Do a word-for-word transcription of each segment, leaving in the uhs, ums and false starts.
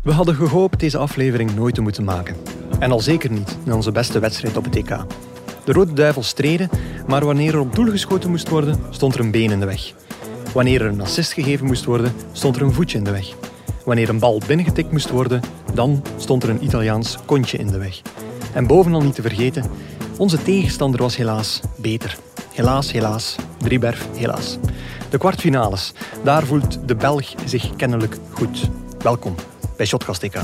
We hadden gehoopt deze aflevering nooit te moeten maken. En al zeker niet in onze beste wedstrijd op het E K. De Rode Duivels streden, maar wanneer er op doel geschoten moest worden, stond er een been in de weg. Wanneer er een assist gegeven moest worden, stond er een voetje in de weg. Wanneer een bal binnengetikt moest worden, dan stond er een Italiaans kontje in de weg. En bovenal niet te vergeten, onze tegenstander was helaas beter. Helaas, helaas, Driebergen, helaas. De kwartfinales, daar voelt de Belg zich kennelijk goed. Welkom bij Shotcast E K.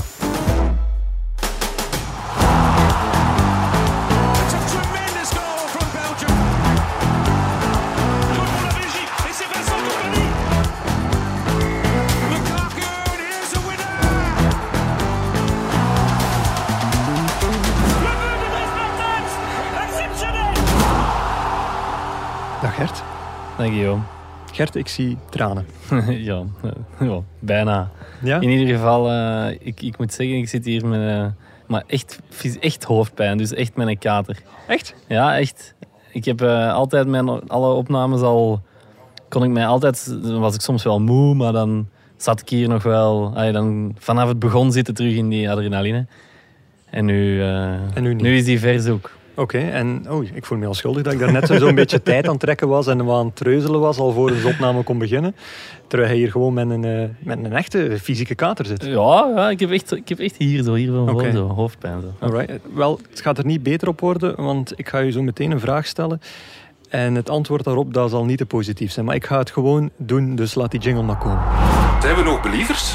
Dag Gert. Dag Guillaume. Gert, ik zie tranen. ja, ja, bijna. Ja? In ieder geval, uh, ik, ik moet zeggen, ik zit hier met uh, maar echt, echt hoofdpijn, dus echt met een kater. Echt? Ja, echt. Ik heb uh, altijd mijn alle opnames al, kon ik mij altijd, was ik soms wel moe, maar dan zat ik hier nog wel, allee, dan vanaf het begon zitten terug in die adrenaline. En nu, uh, en nu, niet. nu is die verzoek. Oké, okay, en oh, ik voel me al schuldig dat ik daar net zo'n beetje tijd aan het trekken was en wat aan het treuzelen was al voor de opname kon beginnen. Terwijl hij hier gewoon met een, uh, met een echte fysieke kater zit. Ja, ja ik, heb echt, ik heb echt hier zo, hier van okay. zo, hoofdpijn. Zo. Alright. Wel, het gaat er niet beter op worden, want ik ga je zo meteen een vraag stellen. En het antwoord daarop dat zal niet te positief zijn. Maar ik ga het gewoon doen, dus laat die jingle maar komen. Zijn we nog believers?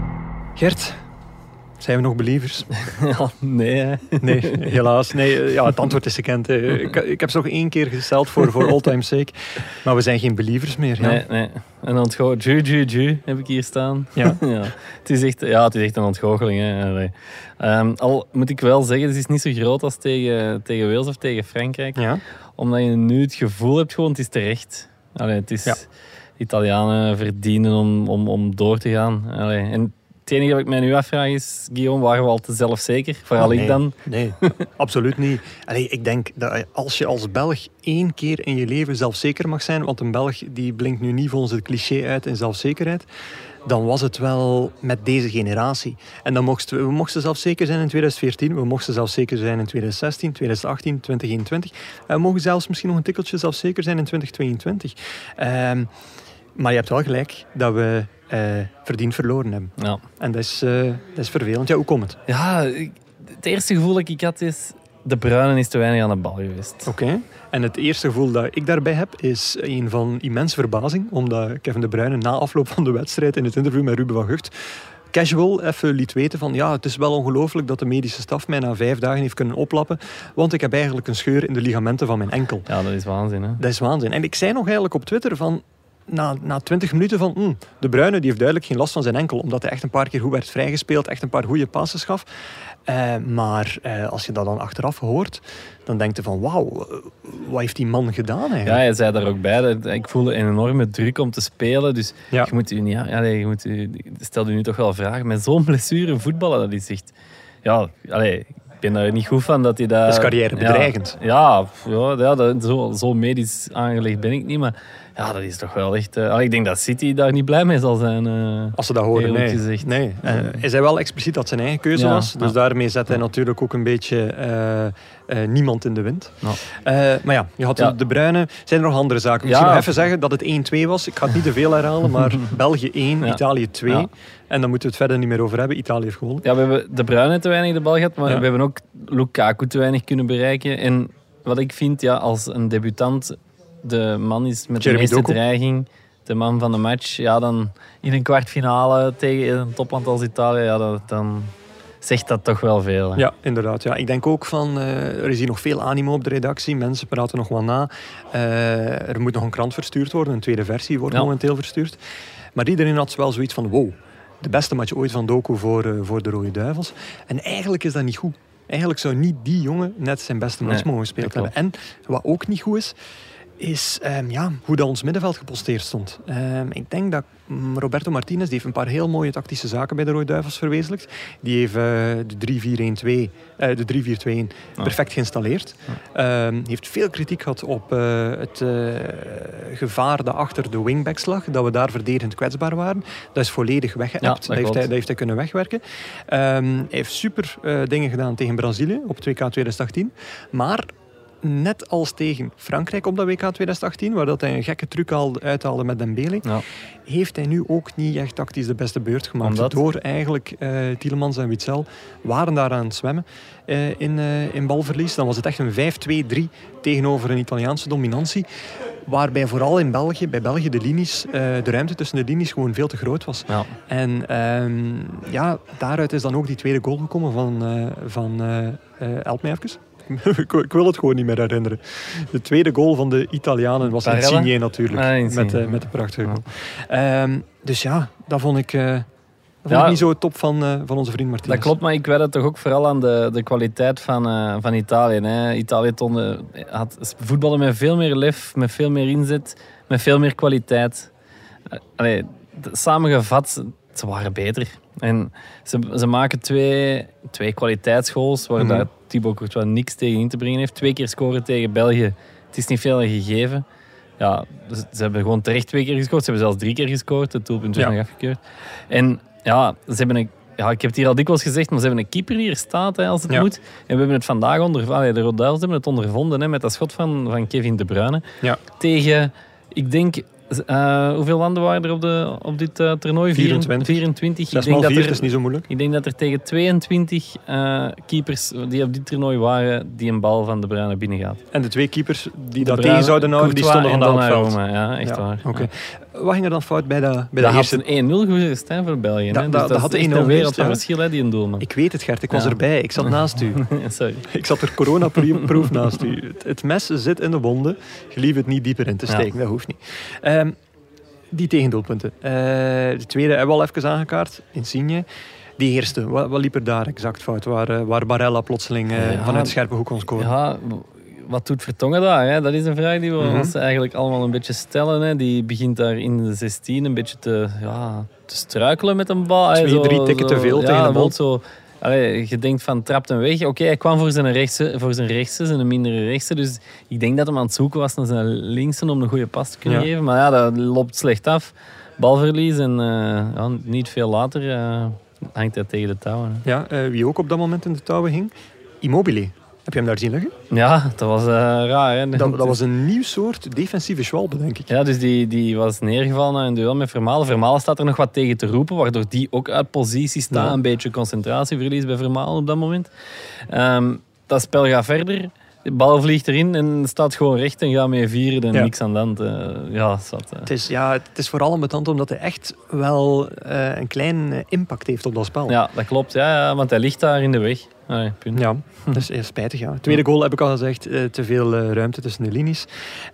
Gert, zijn we nog believers? Ja, nee. Hè. Nee, helaas. Nee, ja, het antwoord is gekend. Ik, ik heb ze nog één keer gesteld voor, voor all time sake. Maar we zijn geen believers meer. Ja. Nee, nee. Een ontgoocheling. Ju, ju, ju heb ik hier staan. Ja. ja. Het is echt, ja, het is echt een ontgoocheling. Hè. Um, al moet ik wel zeggen, het is niet zo groot als tegen, tegen Wales of tegen Frankrijk. Ja. Omdat je nu het gevoel hebt, gewoon, het is terecht. Allee, het is, ja. Italianen verdienen om, om, om door te gaan. Allee, en het enige wat ik mij nu afvraag is, Guillaume, waren we al te zelfzeker? Vooral oh, nee, ik dan? Nee, absoluut niet. Allee, ik denk dat als je als Belg één keer in je leven zelfzeker mag zijn, want een Belg die blinkt nu niet volgens het cliché uit in zelfzekerheid, dan was het wel met deze generatie. En dan mochten we, we mochten zelfzeker zijn in twintig veertien, we mochten zelfzeker zijn in twintig zestien, twintig achttien, twintig eenentwintig. En we mogen zelfs misschien nog een tikkeltje zelfzeker zijn in twintig tweeëntwintig. Um, maar je hebt wel gelijk dat we Uh, verdiend verloren hebben. Ja. En dat is, uh, dat is vervelend. Ja, hoe komt het? Ja, het eerste gevoel dat ik had is, De Bruyne is te weinig aan de bal geweest. Oké. Okay. En het eerste gevoel dat ik daarbij heb is een van immense verbazing, omdat Kevin De Bruyne na afloop van de wedstrijd in het interview met Ruben van Gucht casual even liet weten van ja, het is wel ongelooflijk dat de medische staf mij na vijf dagen heeft kunnen oplappen, want ik heb eigenlijk een scheur in de ligamenten van mijn enkel. Ja, dat is waanzin, hè? Dat is waanzin. En ik zei nog eigenlijk op Twitter van Na, na twintig minuten van mm, De Bruyne die heeft duidelijk geen last van zijn enkel, omdat hij echt een paar keer goed werd vrijgespeeld, echt een paar goede passes gaf. Uh, maar uh, als je dat dan achteraf hoort, dan denk je van wauw, uh, wat heeft die man gedaan eigenlijk? Ja, hij zei daar ook bij, dat ik voelde een enorme druk om te spelen, dus ja. je moet u niet, ja, je moet u, stel je nu toch wel vragen, met zo'n blessure voetballen, dat is echt, ja, allee, ik ben daar niet goed van dat hij dat... Dat is carrièrebedreigend. Ja, ja, ja dat, zo, zo medisch aangelegd ben ik niet, maar ja, dat is toch wel echt... Uh, ik denk dat City daar niet blij mee zal zijn. Uh, Als ze dat horen, nee. Gezegd. nee. Uh, hij zei wel expliciet dat het zijn eigen keuze ja, was. Dus ja. daarmee zet hij natuurlijk ook een beetje uh, uh, niemand in de wind. Ja. Uh, maar ja, je had ja. De Bruyne. Zijn er nog andere zaken? Misschien ja. nog even zeggen dat het één twee was. Ik ga het niet te veel herhalen, maar België één, ja. Italië twee. Ja. En dan moeten we het verder niet meer over hebben. Italië heeft gewonnen. Ja, we hebben De Bruyne te weinig de bal gehad, maar ja. we hebben ook Lukaku te weinig kunnen bereiken. En wat ik vind, ja, als een debutant de man is met Jeremy de meeste Doku. dreiging, de man van de match, ja, dan in een kwartfinale tegen een topland als Italië, ja, dat, dan zegt dat toch wel veel. Hè? Ja, inderdaad. Ja. Ik denk ook van, uh, er is hier nog veel animo op de redactie, mensen praten nog wat na. Uh, er moet nog een krant verstuurd worden, een tweede versie wordt ja. momenteel verstuurd. Maar iedereen had wel zoiets van, wow, de beste match ooit van Doku voor, uh, voor de Rode Duivels. En eigenlijk is dat niet goed. Eigenlijk zou niet die jongen net zijn beste match nee, mogen gespeeld hebben. En wat ook niet goed is, is um, ja, hoe dat ons middenveld geposteerd stond. Um, ik denk dat Roberto Martinez die heeft een paar heel mooie tactische zaken bij de Rode Duivels verwezenlijkt. Die heeft uh, de drie vier een twee, uh, de drie vier twee een oh. perfect geïnstalleerd. Ja. Um, heeft veel kritiek gehad op uh, het uh, gevaar dat achter de wingbacks lag, dat we daar verdedigend kwetsbaar waren. Dat is volledig weggeëpt. Ja, dat, dat, heeft hij, dat heeft hij kunnen wegwerken. Um, hij heeft super uh, dingen gedaan tegen Brazilië op het W K twintig achttien. Maar net als tegen Frankrijk op dat W K twintig achttien, waar dat hij een gekke truc al uithaalde met Dembele, ja. heeft hij nu ook niet echt tactisch de beste beurt gemaakt. Omdat? Door eigenlijk uh, Tielemans en Witsel waren daar aan het zwemmen uh, in, uh, in balverlies. Dan was het echt een vijf twee drie tegenover een Italiaanse dominantie. Waarbij vooral in België, bij België de linies, uh, de ruimte tussen de linies gewoon veel te groot was. Ja. En um, ja, daaruit is dan ook die tweede goal gekomen van, uh, van uh, uh, help mij even. Ik wil het gewoon niet meer herinneren. De tweede goal van de Italianen was Insigne natuurlijk. Ah, Insigne. Met, uh, met de prachtige goal. Ja. Um, dus ja, dat vond ik, uh, dat vond ja, ik niet zo top van, uh, van onze vriend Martinez. Dat klopt, maar ik weet het toch ook vooral aan de, de kwaliteit van, uh, van Italië. Hè. Italië tonde, had voetballen met veel meer lef, met veel meer inzet, met veel meer kwaliteit. Uh, allee, samengevat, ze waren beter. En ze, ze maken twee, twee kwaliteitsgoals waar mm-hmm. Thibaut Courtois niks tegen in te brengen heeft. Twee keer scoren tegen België. Het is niet veel gegeven. Ja, dus ze hebben gewoon terecht twee keer gescoord. Ze hebben zelfs drie keer gescoord. Het doelpunt werd ja. nog afgekeurd. En ja, ze hebben een, ja, ik heb het hier al dikwijls gezegd, maar ze hebben een keeper die er staat hè, als het ja. moet. En we hebben het vandaag ondervonden. De Rode Duivels hebben het ondervonden hè, met dat schot van, van Kevin De Bruyne. Ja. Tegen, ik denk... Uh, hoeveel landen waren er op, de, op dit uh, toernooi? vierentwintig. vierentwintig. zes maal vier, dat is niet zo moeilijk. Ik denk dat er tegen tweeëntwintig uh, keepers die op dit toernooi waren, die een bal van De Bruyne binnengaat. En de twee keepers die dat tegen zouden houden, die stonden vandaag op het veld. Ja, echt ja, waar. Okay. Ja. Wat ging er dan fout bij dat bij dat de eerste? Dat had een één nul geweest hè, voor België. Da, hè? da, dus dat, dat is echt een wereld van verschil, hè, die een doelman. Ik weet het, Gert. Ik was ja. erbij. Ik zat naast u. Sorry. Ik zat er coronaproof naast u. Het, het mes zit in de wonden. Gelief het niet dieper in te steken. Ja. Dat hoeft niet. Um, Die tegendoelpunten. Uh, de tweede hebben we al even aangekaart. Insigne. Die eerste, wat, wat liep er daar exact fout? Waar, uh, waar Barella plotseling uh, ja, vanuit de scherpe hoek kon scoren. Ja, wat doet Vertongen daar? Hè? Dat is een vraag die we mm-hmm. ons eigenlijk allemaal een beetje stellen. Hè? Die begint daar in de zestien een beetje te, ja, te struikelen met een bal. Twee, zo, drie tikken zo, te veel ja, tegen de bal. Zo, allee, je denkt van trapt hem weg. Oké, okay, hij kwam voor zijn rechtse, voor zijn rechtse, zijn mindere rechtse. Dus ik denk dat hij aan het zoeken was naar zijn linkse om een goede pas te kunnen ja. geven. Maar ja, dat loopt slecht af. Balverlies en uh, ja, niet veel later uh, hangt hij tegen de touwen. Hè. Ja, uh, wie ook op dat moment in de touwen hing? Immobile. Heb je hem daar zien liggen? Ja, dat was uh, raar. Hè? Dat, dat was een nieuw soort defensieve schwalbe, denk ik. Ja, dus die, die was neergevallen na een duel met Vermalen. Vermalen staat er nog wat tegen te roepen, waardoor die ook uit positie staat. Ja. Een beetje concentratieverlies bij Vermalen op dat moment. Um, dat spel gaat verder. De bal vliegt erin en staat gewoon recht en gaat mee vieren en ja. niks aan de hand. Uh, ja, zat, uh. het, is, ja, het is vooral ambetant omdat hij echt wel uh, een klein impact heeft op dat spel. Ja, dat klopt. Ja, ja, want hij ligt daar in de weg. Allee, punt. Ja, dat is heel spijtig. Ja. Tweede goal heb ik al gezegd, uh, te veel uh, ruimte tussen de linies.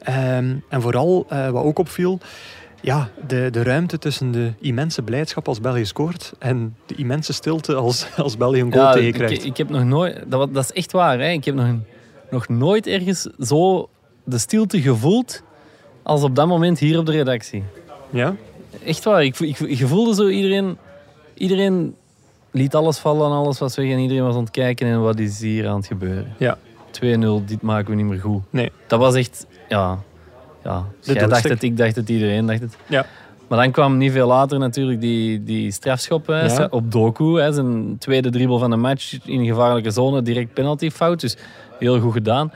Um, en vooral, uh, wat ook opviel, ja, de, de ruimte tussen de immense blijdschap als België scoort en de immense stilte als, als België een goal ja, tegenkrijgt. Ik, ik heb nog nooit... Dat, dat is echt waar. Hè. Ik heb nog, nog nooit ergens zo de stilte gevoeld als op dat moment hier op de redactie. Ja? Echt waar. Ik, ik, ik voelde zo iedereen... Iedereen liet alles vallen en alles was weg en iedereen was aan het kijken en wat is hier aan het gebeuren. Ja. twee nul, dit maken we niet meer goed. Nee. Dat was echt... Ja... Ja, jij dacht het, ik dacht het, iedereen dacht het. Ja. Maar dan kwam niet veel later natuurlijk die, die strafschop hè, ja. op Doku. Hè, zijn tweede dribbel van de match in een gevaarlijke zone, direct penaltyfout. Dus heel goed gedaan.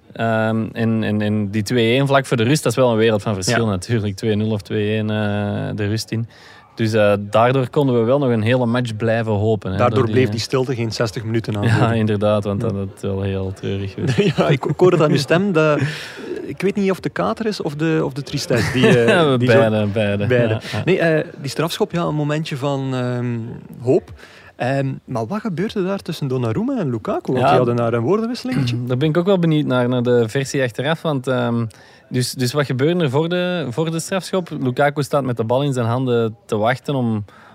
Um, en, en, en die twee-één vlak voor de rust, dat is wel een wereld van verschil ja. natuurlijk. twee nul of twee-één uh, de rust in. Dus uh, daardoor konden we wel nog een hele match blijven hopen. Hè, daardoor die, bleef die stilte geen zestig minuten aan. Ja, inderdaad, want dat is wel heel treurig. Ja, ik, ik hoor het aan uw stem. Dat, ik weet niet of de kater is of de, of de tristesse. Die, uh, die beide, zo, beide. beide. Ja, ja. Nee, uh, die strafschop, ja, een momentje van um, hoop. Um, maar wat gebeurde daar tussen Donnarumma en Lukaku? Want ja, die hadden daar een woordenwisselingetje. Daar ben ik ook wel benieuwd naar, naar de versie achteraf. Want, um, dus, dus wat gebeurde er voor de, voor de strafschop? Lukaku staat met de bal in zijn handen te wachten om,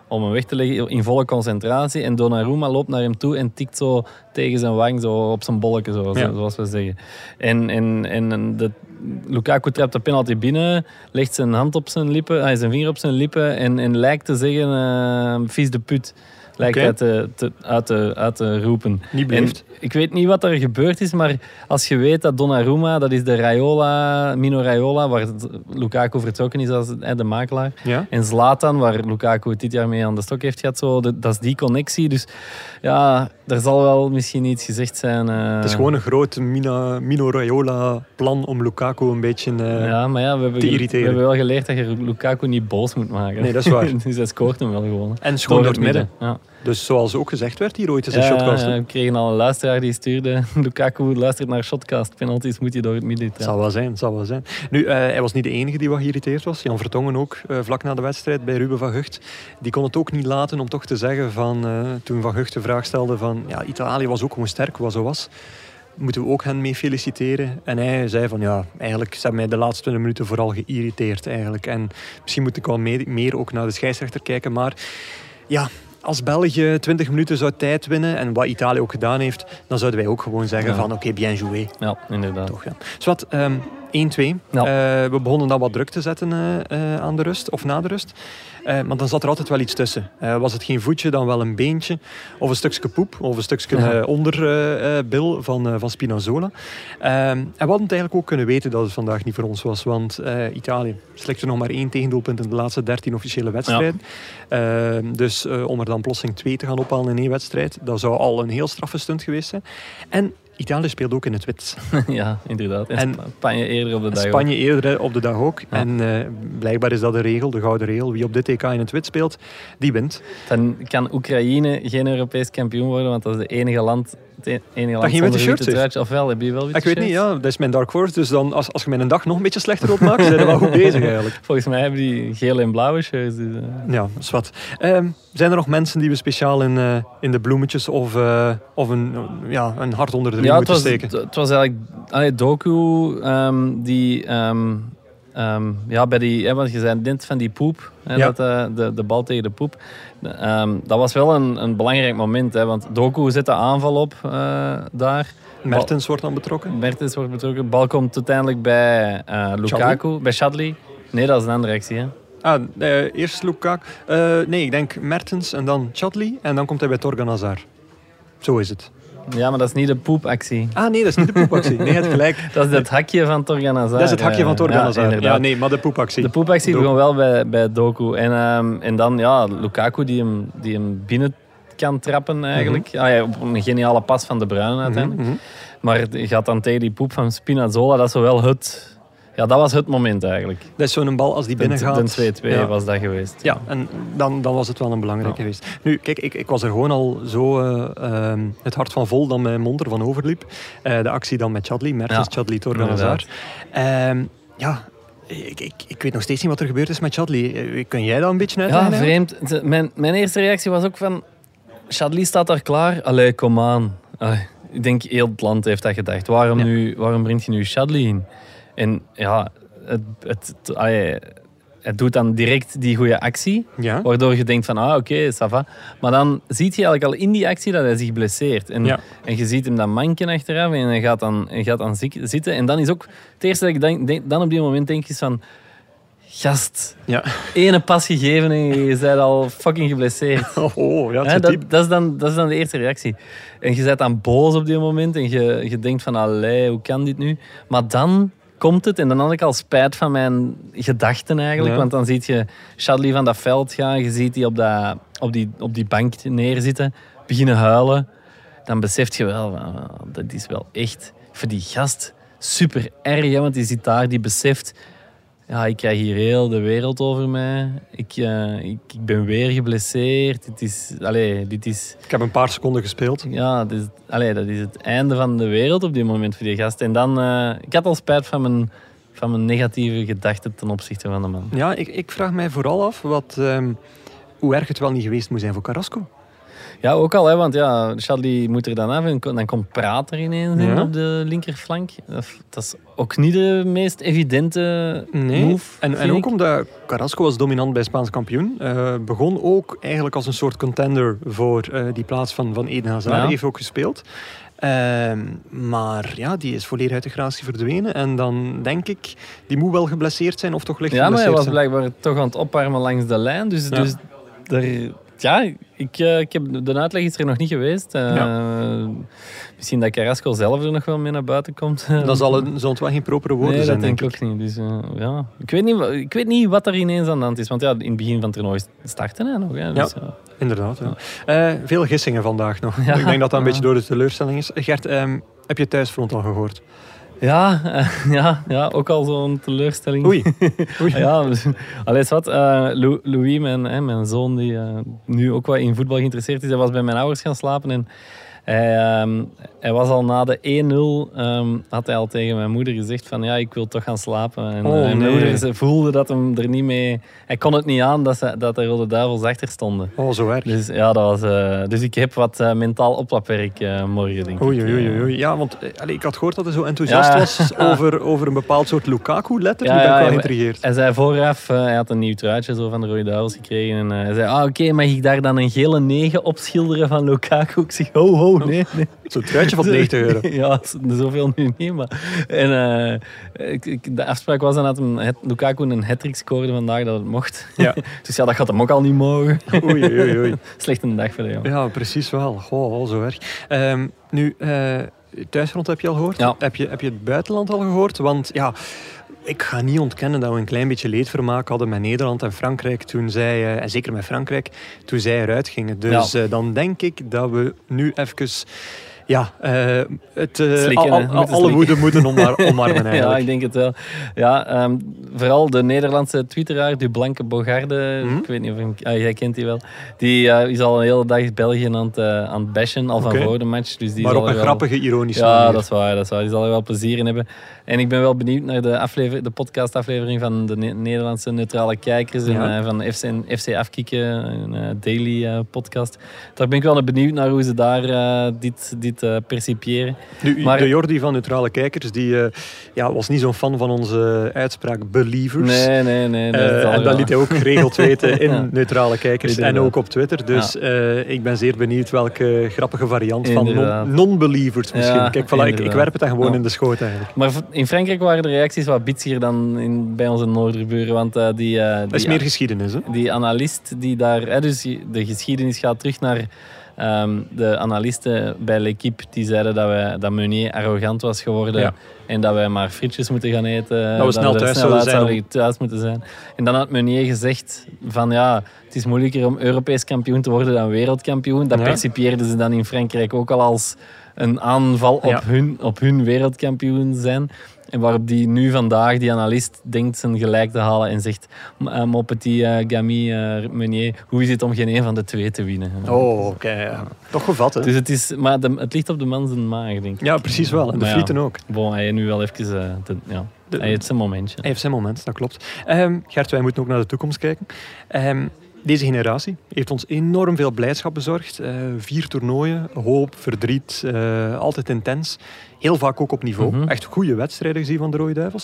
om hem weg te leggen in volle concentratie. En Donnarumma loopt naar hem toe en tikt zo tegen zijn wang, zo op zijn bolletje, zo, ja. zoals we zeggen. En, en, en de, Lukaku trapt de penalty binnen, legt zijn hand op zijn lippen, hij zijn vinger op zijn lippen en, en lijkt te zeggen, uh, vies de put. Lijkt okay. uit, te, te, uit, te, uit te roepen. Niet beleefd. Ik weet niet wat er gebeurd is, maar als je weet dat Donnarumma, dat is de Raiola, Mino Raiola, waar Lukaku vertrokken is als de makelaar. Ja. En Zlatan, waar Lukaku dit jaar mee aan de stok heeft gehad, zo, dat is die connectie. Dus ja, er zal wel misschien iets gezegd zijn. Uh... Het is gewoon een groot Mina, Mino Raiola plan om Lukaku een beetje uh, ja, maar ja, we hebben, te irriteren. We hebben wel geleerd dat je Lukaku niet boos moet maken. Nee, dat is waar. Dus hij scoort hem wel gewoon. En schoon door het midden. midden. Ja. Dus zoals ook gezegd werd hier ooit in de ja, shotcast. Ja, we kregen al een luisteraar die stuurde Lukaku luistert naar shotcast. Penalties moet je door het midden. Het zal wel zijn, zal wel zijn. Nu, uh, hij was niet de enige die wat geïrriteerd was. Jan Vertongen ook, uh, vlak na de wedstrijd bij Ruben van Gucht. Die kon het ook niet laten om toch te zeggen van... Uh, toen Van Gucht de vraag stelde van... Ja, Italië was ook gewoon sterk, wat zo was. Moeten we ook hen mee feliciteren? En hij zei van ja, eigenlijk ze hebben mij de laatste twintig minuten vooral geïrriteerd eigenlijk. En misschien moet ik wel mee, meer ook naar de scheidsrechter kijken. Maar ja... Als België twintig minuten zou tijd winnen, en wat Italië ook gedaan heeft, dan zouden wij ook gewoon zeggen ja. van oké, okay, bien joué. Ja, inderdaad. Toch, ja. Dus wat, um, één twee. Ja. Uh, we begonnen dan wat druk te zetten uh, uh, aan de rust, of na de rust. Uh, maar dan zat er altijd wel iets tussen. Uh, was het geen voetje, dan wel een beentje. Of een stukje poep, of een stukje ja. uh, onderbil uh, van, uh, van Spinazzola. Uh, en we hadden het eigenlijk ook kunnen weten dat het vandaag niet voor ons was. Want uh, Italië slikte nog maar één tegendoelpunt in de laatste dertien officiële wedstrijden. Ja. Uh, dus uh, om er dan plotseling twee te gaan ophalen in één wedstrijd, dat zou al een heel straffe stunt geweest zijn. En Italië speelt ook in het wit. Ja, inderdaad. En, en Spanje eerder op de dag Spanje ook. eerder op de dag ook. Ja. En uh, blijkbaar is dat de regel, de gouden regel. Wie op dit E K in het wit speelt, die wint. Dan kan Oekraïne geen Europees kampioen worden, want dat is het enige land... Het enige land geen witte shirt heeft. Ofwel, heb je wel witte Ik weet shirts? niet, ja. Dat is mijn dark horse. Dus dan, als, als je mijn dag nog een beetje slechter opmaakt, zijn we wel goed bezig eigenlijk. Volgens mij hebben die gele en blauwe shirts. Dus, uh. Ja, dat is wat. Um, zijn er nog mensen die we speciaal in, uh, in de bloemetjes of, uh, of een, uh, ja, een hart onder de riem ja, moeten was, steken? Het was eigenlijk... Allee, Doku, um, die... Um, Um, ja, bij die, hè, want je zei net van die poep, hè, ja. dat, uh, de, de bal tegen de poep. Um, dat was wel een, een belangrijk moment, hè, want Doku zet de aanval op uh, daar. Mertens wordt dan betrokken? Mertens wordt betrokken. De bal komt uiteindelijk bij uh, Lukaku, Chadli? bij Chadli. Nee, dat is een andere actie. Hè. Ah, uh, eerst Lukaku. Uh, nee, ik denk Mertens en dan Chadli en dan komt hij bij Torgan Hazard. Zo is het. Ja, maar dat is niet de poepactie. Ah nee, dat is niet de poepactie. Nee, je hebt gelijk. Dat is het hakje van Torgan Hazard. Dat is het hakje van Torgan Hazard. Ja, ja, nee, maar de poepactie. De poepactie begon wel bij, bij Doku. En, um, en dan ja, Lukaku die hem, die hem binnen kan trappen eigenlijk. Mm-hmm. Ah, ja, op een geniale pas van De Bruyne uiteindelijk. Mm-hmm. Maar je gaat dan tegen die poep van Spinazzola. Dat is wel het... Ja, dat was het moment eigenlijk. Dat is zo'n bal als die binnen gaat. De twee-twee ja. was dat geweest. Ja, ja en dan, dan was het wel een belangrijke ja. geweest. Nu, kijk, ik, ik was er gewoon al zo uh, um, het hart van vol dat mijn mond ervan overliep. Uh, de actie dan met Chadli, Mertens, ja. Chadli, Torgan Hazard. Um, ja, ik, ik, ik weet nog steeds niet wat er gebeurd is met Chadli. Uh, kun jij dat een beetje uitleggen? Ja, vreemd. Mijn, mijn eerste reactie was ook van... Chadli staat daar klaar. Allee, kom aan. Allee, ik denk, heel het land heeft dat gedacht. Waarom, ja. nu, waarom brengt je nu Chadli in? En ja, het, het, het, allee, het doet dan direct die goede actie. Ja. Waardoor je denkt van, ah, oké, okay, ça va. Maar dan zie je eigenlijk al in die actie dat hij zich blesseert. En, ja. en je ziet hem dan manken achteraf en hij gaat dan, hij gaat dan zitten. En dan is ook het eerste dat ik denk, denk, dan op die moment denk is van... Gast, ja. ene pas gegeven en je bent al fucking geblesseerd. Oh, ja, He, dat, dat, is dan, dat is dan de eerste reactie. En je bent dan boos op die moment en je, je denkt van, allee, hoe kan dit nu? Maar dan komt het en dan had ik al spijt van mijn gedachten eigenlijk. Ja. Want dan zie je Chadli van dat veld gaan, je ziet die op, dat, op, die op die bank neerzitten, beginnen huilen. Dan beseft je wel, dat is wel echt voor die gast super erg, hè, want die zit daar, die beseft... Ja, ik krijg hier heel de wereld over mij. Ik, uh, ik, ik ben weer geblesseerd. Dit is, allez, dit is... Ik heb een paar seconden gespeeld. Ja, dit is, allez, dat is het einde van de wereld op dit moment voor die gast. En dan... Uh, ik had al spijt van mijn, van mijn negatieve gedachten ten opzichte van de man. Ja, ik, ik vraag mij vooral af wat, um, hoe erg het wel niet geweest moet zijn voor Carrasco. Ja, ook al, hè, want ja, Chadli moet er dan af en dan komt Prater ineens in ja. op de linkerflank. Dat is ook niet de meest evidente nee. move. En, en ook omdat Carrasco was dominant bij Spaans kampioen. Uh, begon ook eigenlijk als een soort contender voor uh, die plaats van, van Eden Hazard. Ja. Heeft ook gespeeld. Uh, maar ja, die is volledig uit de gratie verdwenen. En dan denk ik, die moet wel geblesseerd zijn of toch licht ja, geblesseerd zijn. Ja, maar hij was blijkbaar toch aan het opwarmen langs de lijn. Dus, ja. dus daar, ja, ik, uh, ik heb, de uitleg is er nog niet geweest. Uh, ja. Misschien dat Carrasco zelf er nog wel mee naar buiten komt. Dan zal het, zal het wel geen propere woorden nee, zijn, dat denk ik ook niet. Dus, uh, ja. ik, weet niet ik weet niet wat er ineens aan de hand is. Want ja, in het begin van het toernooi starten hè, nog. Hè, dus, ja. Uh, Inderdaad. Ja. Uh, veel gissingen vandaag nog. Ja, ik denk dat dat een ja. beetje door de teleurstelling is. Gert, um, heb je Thuisfront al gehoord? Ja, uh, ja, ja, ook al zo'n teleurstelling. Oei. Oei. ja, allee, wat. Uh, Louis, mijn, hè, mijn zoon, die uh, nu ook wat in voetbal geïnteresseerd is, hij was bij mijn ouders gaan slapen en hij, um, hij was al na de één nul, um, had hij al tegen mijn moeder gezegd van ja, ik wil toch gaan slapen. En oh, mijn nee. moeder ze voelde dat hem er niet mee... Hij kon het niet aan dat, ze, dat de Rode Duivels achter stonden. Oh, zo erg. Dus, ja, dat was, uh, dus ik heb wat uh, mentaal oplapwerk uh, morgen, denk oei, ik. Oei, oei, oei. Ja, want allez, ik had gehoord dat hij zo enthousiast ja. was over, over een bepaald soort Lukaku-letter. Ja, nu ben ik wel geïntrigeerd. Hij zei vooraf, uh, hij had een nieuw truitje zo van de Rode Duivels gekregen. En uh, hij zei, ah, oké, okay, mag ik daar dan een gele negen op schilderen van Lukaku? Ik zeg, ho, ho, nee. nee. Zo'n truitje van negentig euro. Ja, zoveel nu niet. Maar. En, uh, ik, de afspraak was dan dat hem, het, Lukaku een hat-trick scoorde vandaag, dat het mocht. Ja. Dus ja, dat gaat hem ook al niet mogen. Oei, oei, oei. Slecht een dag voor de jongen. Ja, precies wel. Goh, zo erg. Um, nu, uh, Thuisfront heb je al gehoord? Ja. Heb je, heb je het buitenland al gehoord? Want ja... Ik ga niet ontkennen dat we een klein beetje leedvermaak hadden met Nederland en Frankrijk toen zij, uh, en zeker met Frankrijk, toen zij eruit gingen. Dus ja. uh, dan denk ik dat we nu even... Ja, uh, het, uh, slikken, al, al, alle woede moeten omar- omarmen eigenlijk. Ja, ik denk het wel. Ja, um, vooral de Nederlandse twitteraar, die Blanke Bogarde, mm-hmm. ik weet niet of ik, ah, jij kent die wel, die uh, is al een hele dag België aan het, uh, aan het bashen, al van okay. voor de match. Dus die maar zal op een wel... grappige, ironische ja, manier. Ja, dat is waar, dat is waar. Die zal er wel plezier in hebben. En ik ben wel benieuwd naar de, aflever- de podcastaflevering van de ne- Nederlandse neutrale kijkers en ja. uh, van F C, F C Afkikken, een uh, daily uh, podcast. Daar ben ik wel benieuwd naar hoe ze daar uh, dit, dit uh, percipiëren. Nu, maar, de Jordi van neutrale kijkers, die uh, ja, was niet zo'n fan van onze uitspraak believers. Nee, nee, nee. Dat uh, en dat liet hij ook geregeld weten in ja. neutrale kijkers en dat. ook op Twitter. Dus ja. uh, ik ben zeer benieuwd welke grappige variant inderdaad. van non- non-believers misschien. Ja, Kijk, voilà, ik, ik werp het dan gewoon ja. in de schoot eigenlijk. Maar in Frankrijk waren de reacties wat bitsiger dan in, bij onze Noorderburen, want uh, die... Uh, dat is die, meer geschiedenis, hè? Die analist die daar... Hè, dus de geschiedenis gaat terug naar... Um, de analisten bij L'Équipe die zeiden dat, wij, dat Meunier arrogant was geworden ja. en dat wij maar frietjes moeten gaan eten. Dat we snel dat we thuis snel uit zijn. zouden thuis moeten zijn. En dan had Meunier gezegd van ja, het is moeilijker om Europees kampioen te worden dan wereldkampioen. Dat ja. percipieerden ze dan in Frankrijk ook al als een aanval op, ja. hun, op hun wereldkampioen zijn. En waarop die nu vandaag, die analist, denkt zijn gelijk te halen en zegt uh, mon petit uh, Gami uh, Meunier, hoe is het om geen een van de twee te winnen? Oh, oké. Okay, ja. Toch gevat, hè? Dus het, is, maar de, het ligt op de man zijn maag, denk ik. Ja, precies wel. En de frieten ja, ook. Bon, hij heeft nu wel even... Uh, de, ja, de, hij heeft zijn momentje. Hij heeft zijn moment, dat klopt. Um, Gert, wij moeten ook naar de toekomst kijken. Um, Deze generatie heeft ons enorm veel blijdschap bezorgd. Uh, vier toernooien, hoop, verdriet, uh, altijd intens. Heel vaak ook op niveau. Mm-hmm. Echt goede wedstrijden gezien van de Rode Duivels.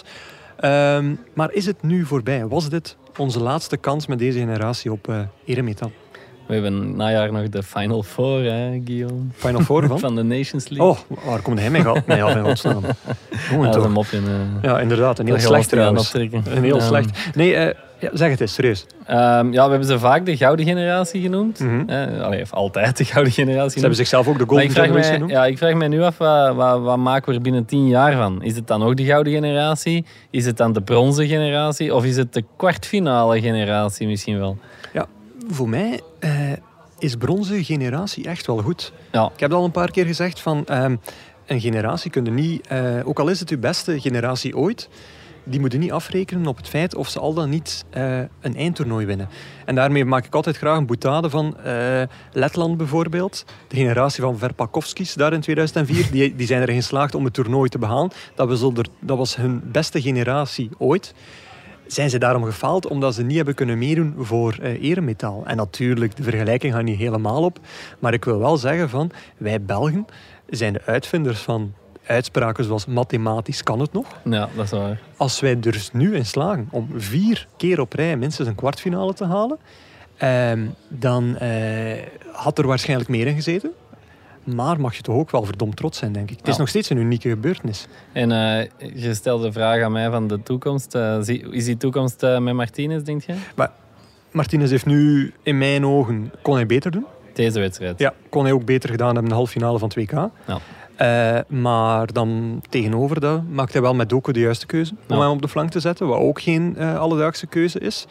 Um, maar is het nu voorbij? Was dit onze laatste kans met deze generatie op uh, Eremita? We hebben najaar nog de Final Four, hè, Guillaume? Final Four van? Van de Nations League. Oh, waar komt hij mee af in godsnaam? Ja, dat is hem op in, uh, ja, inderdaad. Een heel slecht trouwens. Een heel um, slecht. Nee, uh, ja, zeg het eens, serieus. Um, ja, we hebben ze vaak de gouden generatie genoemd. Mm-hmm. Uh, allee, of altijd de gouden generatie. Ze hebben zichzelf ook de golden generation genoemd. Ja, ik vraag mij nu af, wat, wat, wat maken we er binnen tien jaar van? Is het dan ook de gouden generatie? Is het dan de bronzen generatie? Of is het de kwartfinale generatie misschien wel? Ja, voor mij... Uh, is bronzen generatie echt wel goed. Ja. Ik heb het al een paar keer gezegd van um, een generatie kun je niet, uh, ook al is het uw beste generatie ooit, die moeten niet afrekenen op het feit of ze al dan niet uh, een eindtoernooi winnen. En daarmee maak ik altijd graag een boutade van uh, Letland bijvoorbeeld. De generatie van Verpakovskis daar in tweeduizend vier, die, die zijn erin geslaagd om het toernooi te behalen. Dat was, er, dat was hun beste generatie ooit. zijn ze daarom gefaald omdat ze niet hebben kunnen meedoen voor uh, eremetaal. En natuurlijk, de vergelijking gaat niet helemaal op. Maar ik wil wel zeggen van, wij Belgen zijn de uitvinders van uitspraken zoals mathematisch kan het nog. Ja, dat is waar. Als wij er dus nu in slagen om vier keer op rij minstens een kwartfinale te halen, uh, dan uh, had er waarschijnlijk meer in gezeten. Maar mag je toch ook wel verdomd trots zijn, denk ik. Het is ja. nog steeds een unieke gebeurtenis. En uh, je stelde de vraag aan mij van de toekomst. Uh, is die toekomst uh, met Martinez, denk je? Maar Martinez heeft nu, in mijn ogen, kon hij beter doen. Deze wedstrijd? Ja, kon hij ook beter gedaan hebben in de halve finale van het W K. Ja. Uh, maar dan tegenover dat maakt hij wel met Doku de juiste keuze om ja. hem op de flank te zetten, wat ook geen uh, alledaagse keuze is.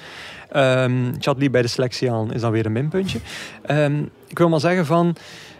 Um, Chadli bij de selectie aan is dan weer een minpuntje. Um, ik wil maar zeggen van...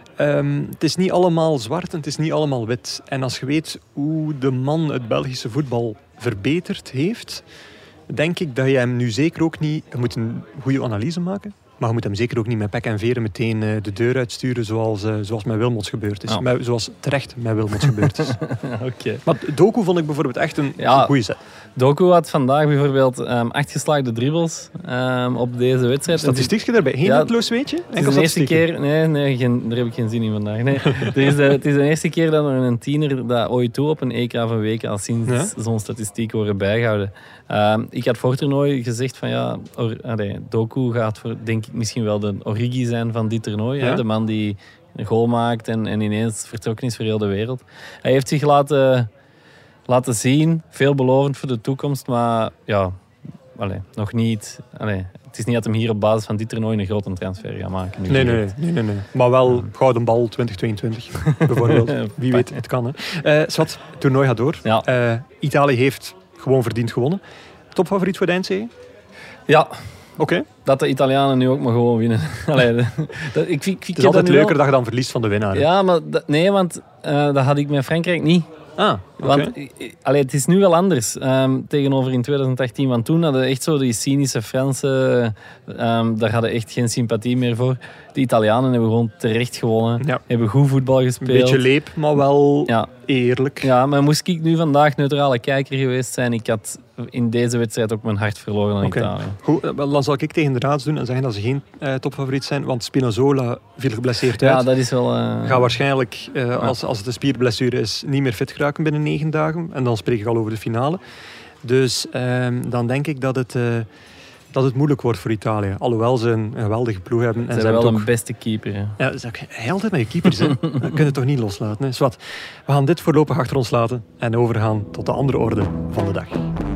Um, het is niet allemaal zwart en het is niet allemaal wit. En als je weet hoe de man het Belgische voetbal verbeterd heeft, denk ik dat je hem nu zeker ook niet... Je moet een goede analyse maken, maar je moet hem zeker ook niet met pek en veren meteen uh, de deur uitsturen zoals, uh, zoals met Wilmots gebeurd is. Oh. Met, zoals terecht met Wilmots gebeurd is. Okay. Maar Doku vond ik bijvoorbeeld echt een ja, goede zet. Doku had vandaag bijvoorbeeld um, acht geslaagde dribbles um, op deze wedstrijd. Statistiekje daarbij? Geen ja, nutteloos weetje? Het is de eerste keer... Nee, nee geen, daar heb ik geen zin in vandaag. Nee. er is de, het is de eerste keer dat er een tiener dat ooit toe op een E K of een W K al sinds ja? zo'n statistiek worden bijgehouden. Um, ik had voor het toernooi gezegd van ja, or, allee, Doku gaat voor, denk ik, misschien wel de Origi zijn van dit toernooi. Ja? Hè? De man die een goal maakt en, en ineens vertrokken is voor heel de wereld. Hij heeft zich laten... laten zien, veelbelovend voor de toekomst, maar ja, allee, nog niet. Allee, het is niet dat hem hier op basis van dit toernooi een grote transfer gaat maken. Nee, nee, nee, nee, nee. Maar wel gouden bal twintig tweeëntwintig, bijvoorbeeld. Wie weet, het kan. Hè. Uh, Swat, het toernooi gaat door. Ja. Uh, Italië heeft gewoon verdiend gewonnen. Topfavoriet voor de eindzege? Ja. Oké. Okay. Dat de Italianen nu ook maar gewoon winnen. Allee, dat, ik, ik, ik, het is altijd leuker wel... dat je dan verliest van de winnaar. Ja, maar dat, nee, want uh, dat had ik met Frankrijk niet. Ah, okay. Want allee, het is nu wel anders um, tegenover in twintig achttien. Want toen hadden echt zo die cynische Fransen, um, daar hadden echt geen sympathie meer voor. De Italianen hebben gewoon terecht gewonnen. Ja. Hebben goed voetbal gespeeld. Een beetje leep, maar wel ja. eerlijk. Ja, maar moest ik nu vandaag neutrale kijker geweest zijn, ik had in deze wedstrijd ook mijn hart verloren aan okay. Italië. Goed, dan zal ik tegen de raads doen en zeggen dat ze geen uh, topfavoriet zijn, want Spinazzola viel geblesseerd uit. Ja, dat is wel... Uh... Gaat waarschijnlijk, uh, ja. als, als het een spierblessure is, niet meer fit geraken binnen negen dagen. En dan spreek ik al over de finale. Dus uh, dan denk ik dat het... Uh, dat het moeilijk wordt voor Italië. Alhoewel ze een geweldige ploeg hebben. Ze en hebben wel ook... een beste keeper. Hè. Ja, dat is ook heel altijd met je keepers. Hè. Dat kun je toch niet loslaten. Hè. Zwat, we gaan dit voorlopig achter ons laten en overgaan tot de andere orde van de dag.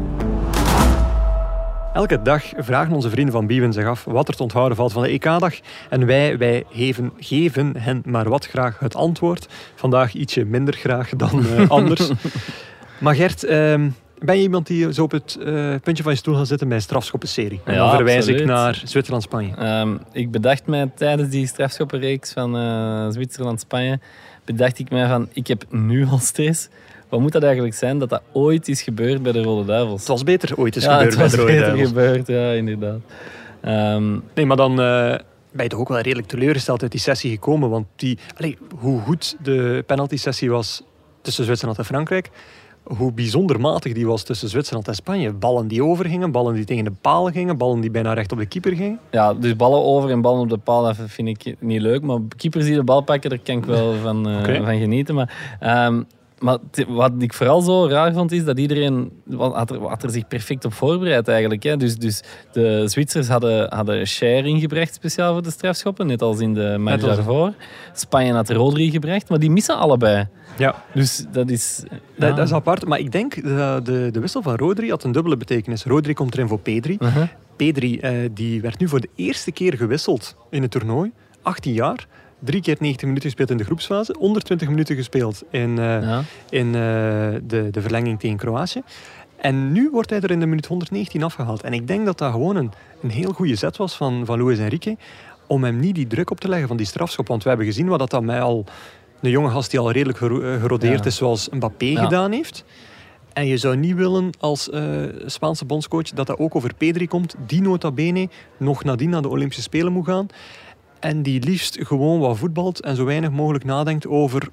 Elke dag vragen onze vrienden van Biewen zich af wat er te onthouden valt van de E K-dag. En wij, wij geven, geven hen maar wat graag het antwoord. Vandaag ietsje minder graag dan uh, anders. Maar Gert... Uh, Ben je iemand die zo op het uh, puntje van je stoel gaat zitten bij een strafschoppenserie? En ja, dan verwijs absoluut. ik naar Zwitserland-Spanje. Um, ik bedacht mij tijdens die strafschoppenreeks van uh, Zwitserland-Spanje, bedacht ik mij van, ik heb nu al stress. Wat moet dat eigenlijk zijn dat dat ooit is gebeurd bij de Rode Duivels? Het was beter ooit is ja, gebeurd bij de Rode Duivels. Het was beter gebeurd, ja, inderdaad. Um, nee, maar dan... Uh, ben je toch ook wel redelijk teleurgesteld uit die sessie gekomen. Want die, allee, hoe goed de penalty-sessie was tussen Zwitserland en Frankrijk... Hoe bijzonder matig die was tussen Zwitserland en Spanje. Ballen die overgingen, ballen die tegen de paal gingen, ballen die bijna recht op de keeper gingen. Ja, dus ballen over en ballen op de paal, dat vind ik niet leuk. Maar keepers die de bal pakken, daar kan ik wel van, uh, okay. van genieten. Maar, um, maar t- wat ik vooral zo raar vond, is dat iedereen had er, had er zich perfect op voorbereid eigenlijk. Hè. Dus, dus de Zwitsers hadden, hadden Cher ingebracht speciaal voor de strafschoppen, net als in de match daarvoor. Spanje had Rodri gebracht, maar die missen allebei. Ja. Dus dat is... Ja. Dat, dat is apart, maar ik denk dat de, de wissel van Rodri had een dubbele betekenis. Rodri komt erin voor Pedri. Uh-huh. Pedri uh, die werd nu voor de eerste keer gewisseld in het toernooi. achttien jaar. Drie keer negentig minuten gespeeld in de groepsfase. honderdtwintig minuten gespeeld in, uh, ja. in uh, de, de verlenging tegen Kroatië. En nu wordt hij er in de minuut honderdnegentien afgehaald. En ik denk dat dat gewoon een, een heel goede zet was van, van Luis Enrique. Om hem niet die druk op te leggen van die strafschop. Want we hebben gezien wat dat aan mij al... Een jonge gast die al redelijk gerodeerd ja. is, zoals Mbappé ja. gedaan heeft. En je zou niet willen als uh, Spaanse bondscoach dat dat ook over Pedri komt, die nota bene nog nadien naar de Olympische Spelen moet gaan. En die liefst gewoon wat voetbalt en zo weinig mogelijk nadenkt over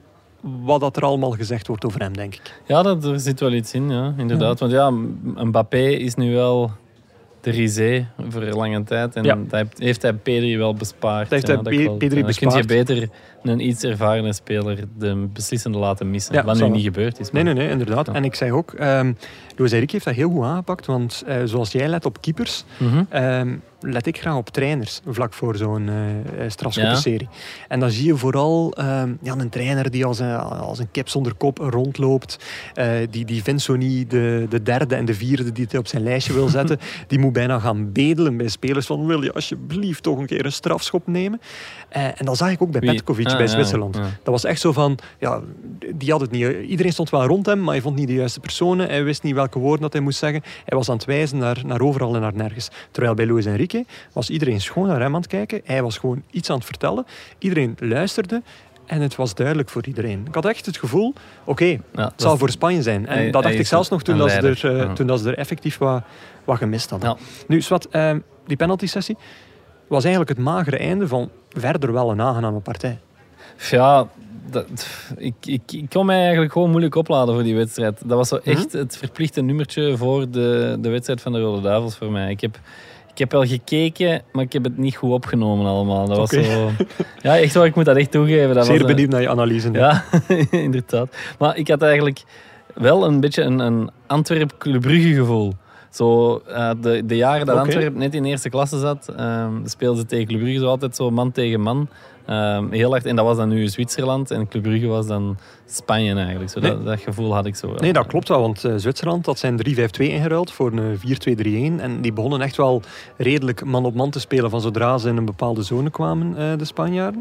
wat dat er allemaal gezegd wordt over hem, denk ik. Ja, dat, er zit wel iets in, ja, inderdaad. Ja. Want ja, Mbappé is nu wel de risée voor lange tijd. En ja. dat heeft hij Pedri wel bespaard. Dat heeft hij ja, dat Pedri bespaard. Dan kun je beter een iets ervaren speler de beslissende laten missen. Ja, wat nu niet gebeurd is. Maar... Nee, nee, nee, inderdaad. Ja. En ik zeg ook, um, Luis Enrique heeft dat heel goed aangepakt. Want uh, zoals jij let op keepers, mm-hmm. um, let ik graag op trainers vlak voor zo'n uh, strafschoppenserie. Ja. En dan zie je vooral um, ja, een trainer die als een, als een kip zonder kop rondloopt. Uh, die, die vindt zo niet de, de derde en de vierde die hij op zijn lijstje wil zetten. Die moet bijna gaan bedelen bij spelers van wil je alsjeblieft toch een keer een strafschop nemen. Uh, en dat zag ik ook bij Wie? Petkovic ah, bij Zwitserland. Ja, ja. Dat was echt zo van, ja, die had het niet. Iedereen stond wel rond hem, maar hij vond niet de juiste personen. Hij wist niet welke woorden dat hij moest zeggen. Hij was aan het wijzen naar, naar overal en naar nergens. Terwijl bij Luis Enrique was iedereen schoon naar hem aan het kijken. Hij was gewoon iets aan het vertellen. Iedereen luisterde. En het was duidelijk voor iedereen. Ik had echt het gevoel, oké, okay, ja, het zal voor Spanje zijn. En hij, dat dacht ik zelfs nog toen, dat ze, er, uh, ja. toen dat ze er effectief wat, wat gemist hadden. Ja. Nu, Swat, uh, die penalty-sessie was eigenlijk het magere einde van verder wel een aangename partij. Ja, dat, ik, ik, ik kon mij eigenlijk gewoon moeilijk opladen voor die wedstrijd. Dat was zo echt mm-hmm. het verplichte nummertje voor de, de wedstrijd van de Rode Duivels voor mij. Ik heb... Ik heb wel gekeken, maar ik heb het niet goed opgenomen allemaal. Dat was okay. zo... Ja, echt waar, ik moet dat echt toegeven. Dat Zeer was benieuwd naar je analyse. Nee. Ja, inderdaad. Maar ik had eigenlijk wel een beetje een, een Antwerp-Club Brugge gevoel. Zo, uh, de, de jaren dat okay. Antwerp net in eerste klasse zat, um, speelden ze tegen Club Brugge zo altijd zo man tegen man. Um, heel hard. En dat was dan nu Zwitserland en Club Brugge was dan Spanje eigenlijk. Zo, nee. dat, dat gevoel had ik zo. Nee, dat klopt wel, want uh, Zwitserland had zijn drie vijf twee ingeruild voor een vier twee drie een. En die begonnen echt wel redelijk man op man te spelen van zodra ze in een bepaalde zone kwamen, uh, de Spanjaarden.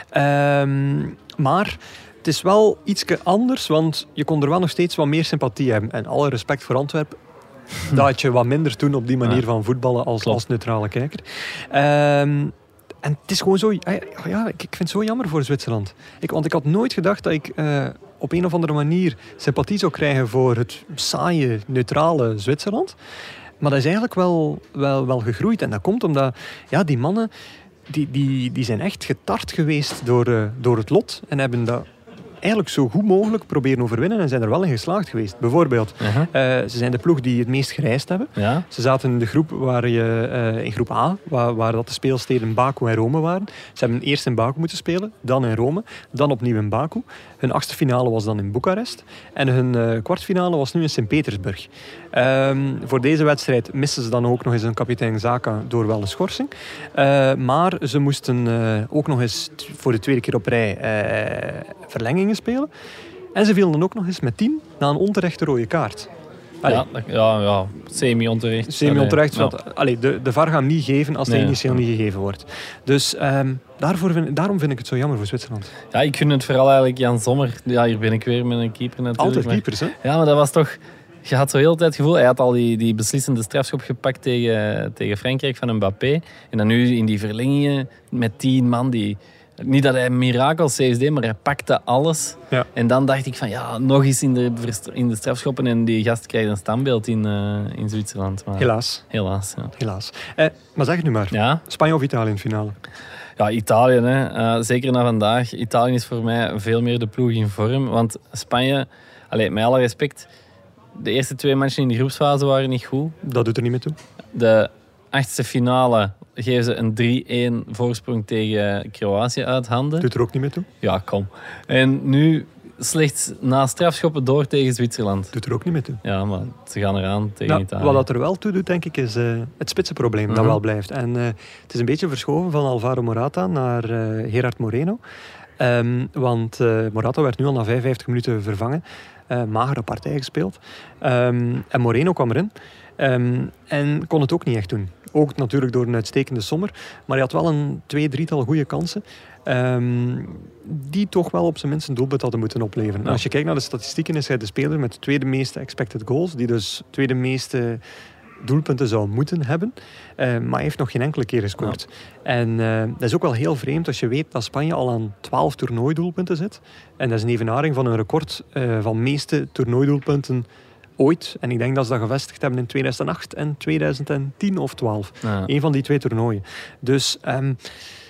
Um, maar... Het is wel iets anders, want je kon er wel nog steeds wat meer sympathie hebben. En alle respect voor Antwerpen. Hm. Dat had je wat minder toen op die manier ja. van voetballen als, als neutrale kijker. Um, en het is gewoon zo... Ja, ik, ik vind het zo jammer voor Zwitserland. Ik, want ik had nooit gedacht dat ik uh, op een of andere manier sympathie zou krijgen voor het saaie, neutrale Zwitserland. Maar dat is eigenlijk wel, wel, wel gegroeid. En dat komt omdat ja, die mannen die, die, die zijn echt getart geweest door, uh, door het lot. En hebben dat eigenlijk zo goed mogelijk proberen overwinnen en zijn er wel in geslaagd geweest. Bijvoorbeeld, uh-huh. uh, ze zijn de ploeg die het meest gereisd hebben. Ja. Ze zaten in de groep waar je, uh, in groep A, waar, waar dat de speelsteden Baku en Rome waren. Ze hebben eerst in Baku moeten spelen, dan in Rome, dan opnieuw in Baku. Hun achtste finale was dan in Boekarest en hun uh, kwartfinale was nu in Sint-Petersburg. Um, voor deze wedstrijd missen ze dan ook nog eens een kapitein Xhaka door wel een schorsing. Uh, maar ze moesten uh, ook nog eens t- voor de tweede keer op rij uh, verlengingen spelen. En ze vielen dan ook nog eens met tien na een onterechte rode kaart. Ja, ja, ja, semi-onterecht. Semi-onterecht. Ja. Allee, de, de V A R gaat hem niet geven als nee, hij initieel ja. niet gegeven wordt. Dus um, daarvoor vind, daarom vind ik het zo jammer voor Zwitserland. Ja, ik vind het vooral eigenlijk Jan Sommer. Ja, hier ben ik weer met een keeper natuurlijk. Altijd keepers, hè? Ja, maar dat was toch... Je had zo heel de tijd het gevoel... Hij had al die, die beslissende strafschop gepakt tegen, tegen Frankrijk van Mbappé. En dan nu in die verlengingen met tien man die... Niet dat hij mirakel saves deed, maar hij pakte alles. Ja. En dan dacht ik van ja, nog eens in de, in de strafschoppen en die gast krijgt een standbeeld in, uh, in Zwitserland. Maar helaas. Helaas, ja. Helaas. Eh, maar zeg het nu maar. Ja? Spanje of Italië in de finale? Ja, Italië. Hè. Uh, zeker na vandaag. Italië is voor mij veel meer de ploeg in vorm. Want Spanje, allez, met alle respect, de eerste twee matchen in de groepsfase waren niet goed. Dat doet er niet mee toe. De achtste finale geven ze een drie-een voorsprong tegen Kroatië uit handen. Doet er ook niet mee toe? Ja, kom. En nu slechts na strafschoppen door tegen Zwitserland. Doet er ook niet mee toe? Ja, maar ze gaan eraan tegen nou, Italië. Wat dat er wel toe doet, denk ik, is uh, het spitsenprobleem mm-hmm. dat wel blijft. En uh, het is een beetje verschoven van Alvaro Morata naar uh, Gerard Moreno. Um, want uh, Morata werd nu al na vijfenvijftig minuten vervangen. Uh, magere partij gespeeld. Um, en Moreno kwam erin. Um, en kon het ook niet echt doen. Ook natuurlijk door een uitstekende Sommer. Maar hij had wel een twee, drietal goede kansen. Um, die toch wel op zijn minst een doelpunt hadden moeten opleveren. Ja. Als je kijkt naar de statistieken is hij de speler met de tweede meeste expected goals. Die dus tweede meeste doelpunten zou moeten hebben. Uh, maar hij heeft nog geen enkele keer gescoord. Ja. En uh, dat is ook wel heel vreemd als je weet dat Spanje al aan twaalf toernooidoelpunten zit. En dat is een evenaring van een record uh, van meeste toernooidoelpunten ooit. En ik denk dat ze dat gevestigd hebben in tweeduizend acht en tweeduizend tien of twaalf. Ja. Eén van die twee toernooien. Dus um,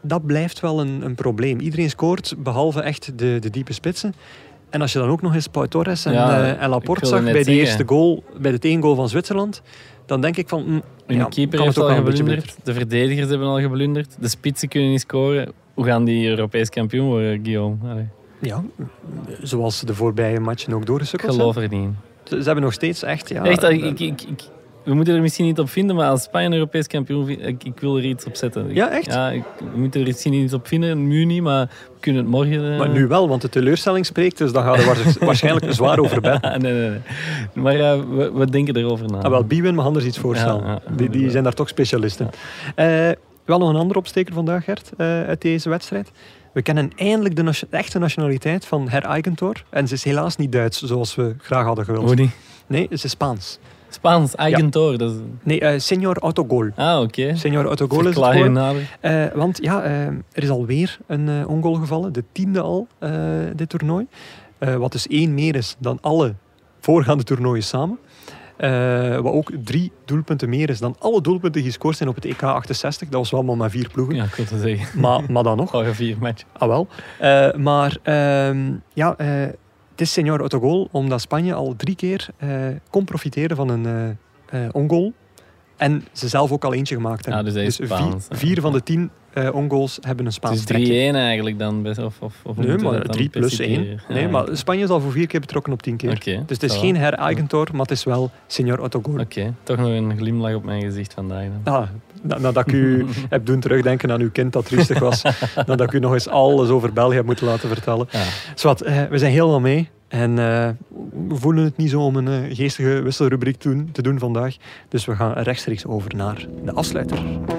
dat blijft wel een, een probleem. Iedereen scoort, behalve echt de, de diepe spitsen. En als je dan ook nog eens Pau Torres en, ja, uh, en Laporte zag bij de eerste goal, bij de één goal van Zwitserland, dan denk ik van... Mm, Hun ja, keeper heeft al geblunderd, de verdedigers hebben al geblunderd, de spitsen kunnen niet scoren. Hoe gaan die Europees kampioen worden, Guillaume? Allee. Ja, zoals de voorbije matchen ook doorgesukkeld zijn. Ik geloof er niet in. Ze, ze hebben nog steeds echt... Ja, echt, ik, ik, ik, ik, we moeten er misschien niet op vinden, maar als Spanje Europees kampioen vindt, ik, ik wil er iets op zetten. Ja, echt? Ja, ik, we moeten er misschien niet op vinden, nu niet, maar we kunnen het morgen... Uh... Maar nu wel, want de teleurstelling spreekt, dus dan gaan we waarschijnlijk zwaar over bed. nee, nee, nee. Maar uh, we, we denken erover na. Ah, wel, Bwin mag anders iets voorstellen. Ja, ja, die, die zijn daar toch specialisten. Ja. Uh, wel nog een andere opsteker vandaag, Gert, uh, uit deze wedstrijd. We kennen eindelijk de, nation- de echte nationaliteit van Her Eigentor. En ze is helaas niet Duits, zoals we graag hadden gewild. Hoe niet? Nee, ze is Spaans. Spaans, Eigentor. Ja. Dat is... Nee, uh, Señor Autogol. Ah, oké. Okay. Señor Autogol is het gewoon. Uh, want ja, uh, er is alweer een uh, ongoal gevallen. De tiende al, uh, dit toernooi. Uh, wat dus één meer is dan alle voorgaande toernooien samen. Uh, wat ook drie doelpunten meer is dan alle doelpunten die gescoord zijn op het E K achtenzestig. Dat was wel maar, maar vier ploegen. Ja, ik wil het zeggen. Maar, maar dan nog. Oh, vier matchen. Ah, wel. Uh, maar uh, ja, uh, het is Señor Autogol omdat Spanje al drie keer uh, kon profiteren van een uh, uh, ongoal. En ze zelf ook al eentje gemaakt hebben. Ja, dus dus Spaans, vier, vier van de tien uh, ongoals hebben een Spaans trekje. Het is drie-één eigenlijk dan? Of, of, of nee, maar drie plus één. Ja, nee, maar Spanje is al voor vier keer betrokken op tien keer. Okay, dus het is geen Her Eigentor, maar het is wel Señor Autogol. Oké, okay, toch nog een glimlach op mijn gezicht vandaag dan. Ah, nadat ik u heb doen terugdenken aan uw kind dat triestig was. Nadat ik u nog eens alles over België heb moeten laten vertellen. Ja. Zwat, uh, we zijn helemaal mee. En uh, we voelen het niet zo om een uh, geestige wisselrubriek te, te doen vandaag. Dus we gaan rechtstreeks over naar de afsluiter.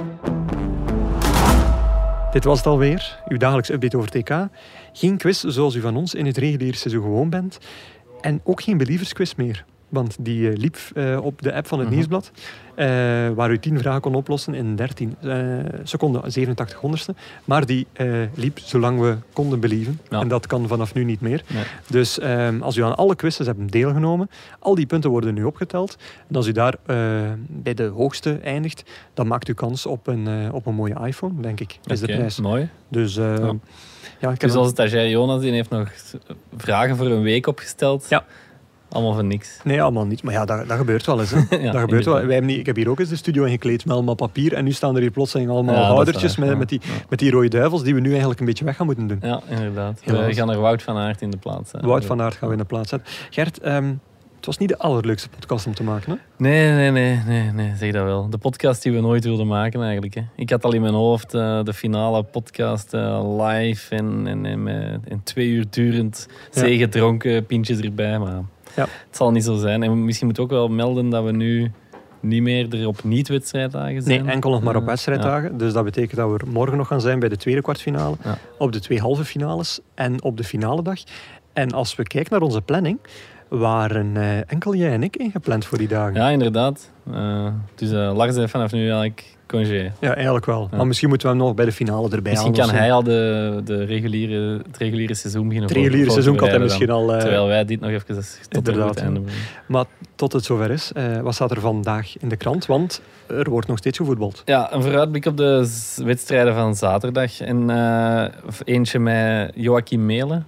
Dit was het alweer, uw dagelijks update over het T K. Geen quiz zoals u van ons in het reguliere seizoen gewoon bent. En ook geen believersquiz meer. Want die uh, liep uh, op de app van het mm-hmm. Nieuwsblad. Uh, waar u tien vragen kon oplossen in dertien uh, seconden, zevenentachtig honderdste. Maar die uh, liep zolang we konden believen. Ja. En dat kan vanaf nu niet meer. Nee. Dus um, als u aan alle quizzes hebt deelgenomen, al die punten worden nu opgeteld. En als u daar uh, bij de hoogste eindigt, dan maakt u kans op een, uh, op een mooie iPhone, denk ik. Is okay, de prijs. Mooi. Dus, uh, ja. Ja, ik dus als stagiair Jonas die heeft nog vragen voor een week opgesteld. Ja. Allemaal van niks. Nee, allemaal niet. Maar ja, dat, dat gebeurt wel eens. Hè. ja, dat gebeurt wel. Wij hebben niet, ik heb hier ook eens de studio ingekleed met allemaal papier. En nu staan er hier plotseling allemaal ja, houdertjes met, ja, met, die, ja. met die rode duivels die we nu eigenlijk een beetje weg gaan moeten doen. Ja, inderdaad. Helaas. We gaan er Wout van Aert in de plaats zetten. Wout van Aert gaan we in de plaats zetten. Gert, um, het was niet de allerleukste podcast om te maken, hè? Nee, nee, nee, nee, nee, zeg dat wel. De podcast die we nooit wilden maken eigenlijk. Hè. Ik had al in mijn hoofd uh, de finale podcast uh, live en, en, en, en, en twee uur durend zeegedronken pintjes erbij, maar... Ja. Het zal niet zo zijn. En misschien moet ook wel melden dat we nu niet meer er op niet-wedstrijddagen zijn. Nee, enkel nog maar op wedstrijddagen. Ja. Dus dat betekent dat we er morgen nog gaan zijn bij de tweede kwartfinale. Ja. Op de twee halve finales en op de finale dag. En als we kijken naar onze planning, waren uh, enkel jij en ik ingepland voor die dagen. Ja, inderdaad. Uh, dus uh, Lars heeft vanaf nu eigenlijk congé. Ja, eigenlijk wel. Ja. Maar misschien moeten we hem nog bij de finale erbij misschien halen. Misschien kan hij al de, de reguliere, het reguliere seizoen beginnen. Het reguliere seizoen kan hij misschien al... Uh, terwijl wij dit nog even tot het einde brengen. Maar tot het zover is, uh, wat staat er vandaag in de krant? Want er wordt nog steeds gevoetbald. Ja, een vooruitblik op de wedstrijden van zaterdag. En uh, eentje met Joachim Melen,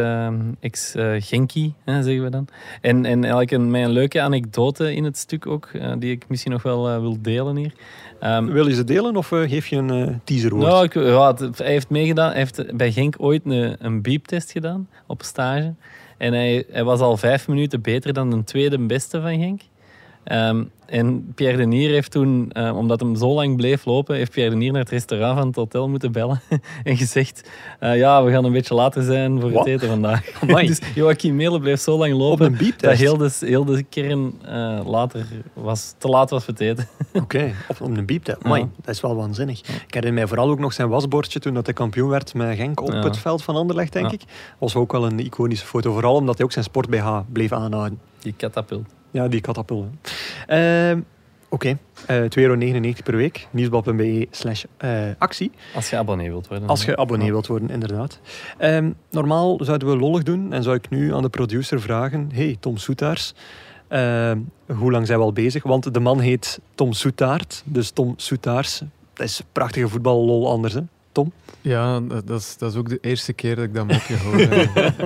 ex-Genki, okay. uh, zeggen we dan. En, en eigenlijk een, met een leuke anekdote in het stuk ook, uh, die ik misschien nog wel uh, wil delen hier. Um, Wil je ze delen of uh, geef je een uh, teaserwoord? Nou, ik, ja, het, hij heeft meegedaan. Hij heeft bij Genk ooit een, een beeptest gedaan op stage. En hij, hij was al vijf minuten beter dan de tweede beste van Genk. Um, en Pierre Denier heeft toen, uh, omdat hem zo lang bleef lopen, heeft Pierre Denier naar het restaurant van het hotel moeten bellen en gezegd, uh, ja, we gaan een beetje later zijn voor What? het eten vandaag. Dus Joachim Melen bleef zo lang lopen dat heel de, heel de kern uh, later was, te laat was voor het eten. Oké, okay, op, op een beeptest. Ja. Dat is wel waanzinnig. Ja. Ik herinner mij vooral ook nog zijn wasbordje toen dat hij kampioen werd met Genk op ja. het veld van Anderlecht, denk ja. ik. Was ook wel een iconische foto, vooral omdat hij ook zijn sport-B H bleef aanhouden. Die katapult. Ja, die katapult. Uh, Oké, okay. uh, twee euro negenennegentig per week. Nieuwsblad.be slash actie. Als je abonnee wilt worden. Als je abonnee ja. wilt worden, inderdaad. Um, normaal zouden we lollig doen en zou ik nu aan de producer vragen, hey, Tom Soetaars, uh, hoe lang zijn we al bezig? Want de man heet Tom Soetaert, dus Tom Soetaars. Dat is prachtige voetballol anders, hè? Tom? Ja, dat is, dat is ook de eerste keer dat ik dat mopje hoor.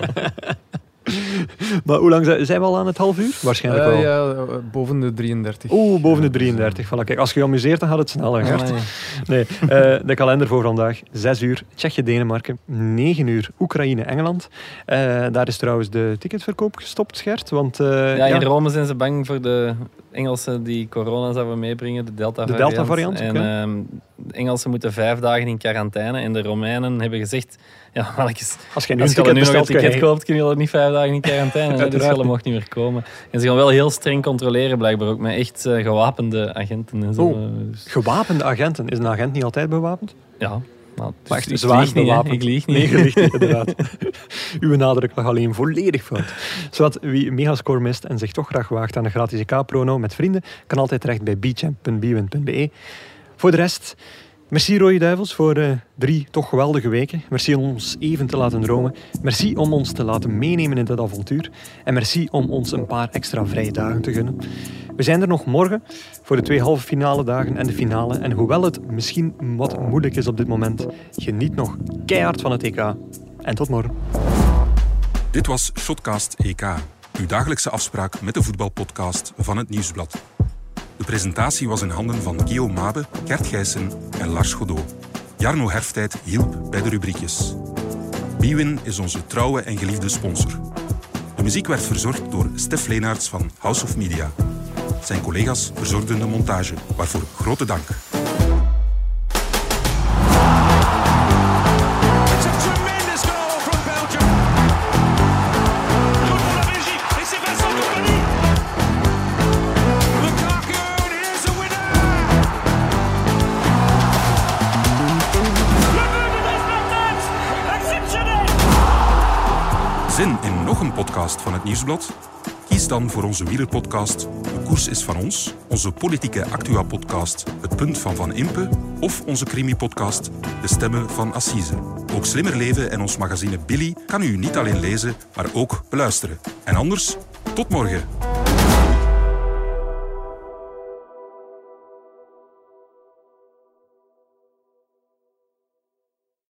Maar hoe lang zijn, zijn we al aan het half uur? Waarschijnlijk wel. Uh, ja, boven de drieëndertig. Oeh, boven de drieëndertig. Voilà, kijk, als je je amuseert, dan gaat het sneller. Ah, nee, uh, de kalender voor vandaag. zes uur Tsjechië-Denemarken. negen uur Oekraïne-Engeland. Uh, daar is trouwens de ticketverkoop gestopt, Gert. Want, uh, ja, in ja. Rome zijn ze bang voor de Engelsen die corona zouden meebrengen, de Delta-variant. De Delta-variant, En okay. uh, de Engelsen moeten vijf dagen in quarantaine. En de Romeinen hebben gezegd... Ja, mannetjes, als je nu, als een je nu nog een ticket ticket koopt, kun je al niet vijf dagen in quarantaine. Hè? Dus je mocht niet meer komen. En ze gaan wel heel streng controleren, blijkbaar ook met echt uh, gewapende agenten. En zo. Oh, dus... Gewapende agenten? Is een agent niet altijd bewapend? Ja. Nou, maar echt ik zwaar lieg bewapend. Niet, ik lieg niet. Nee, je liegt niet, inderdaad. Uw nadruk lag alleen volledig fout. Zodat wie Megascore mist en zich toch graag waagt aan een gratis E K-prono met vrienden, kan altijd terecht bij bchamp punt bwin punt be. Voor de rest... Merci Rode Duivels voor uh, drie toch geweldige weken. Merci om ons even te laten dromen. Merci om ons te laten meenemen in dat avontuur. En merci om ons een paar extra vrije dagen te gunnen. We zijn er nog morgen voor de twee halve finale dagen en de finale. En hoewel het misschien wat moeilijk is op dit moment, geniet nog keihard van het E K. En tot morgen. Dit was Shotcast E K, uw dagelijkse afspraak met de voetbalpodcast van het Nieuwsblad. De presentatie was in handen van Guillaume Mabe, Gert Gijssen en Lars Godot. Jarno Herftijd hielp bij de rubriekjes. bwin is onze trouwe en geliefde sponsor. De muziek werd verzorgd door Stef Leenaerts van House of Media. Zijn collega's verzorgden de montage, waarvoor grote dank. Zin in nog een podcast van het Nieuwsblad? Kies dan voor onze wielerpodcast De Koers is van ons, onze politieke actua-podcast Het Punt van Van Impe of onze crimi-podcast De Stemmen van Assise. Ook Slimmer Leven en ons magazine Billy kan u niet alleen lezen, maar ook beluisteren. En anders, tot morgen.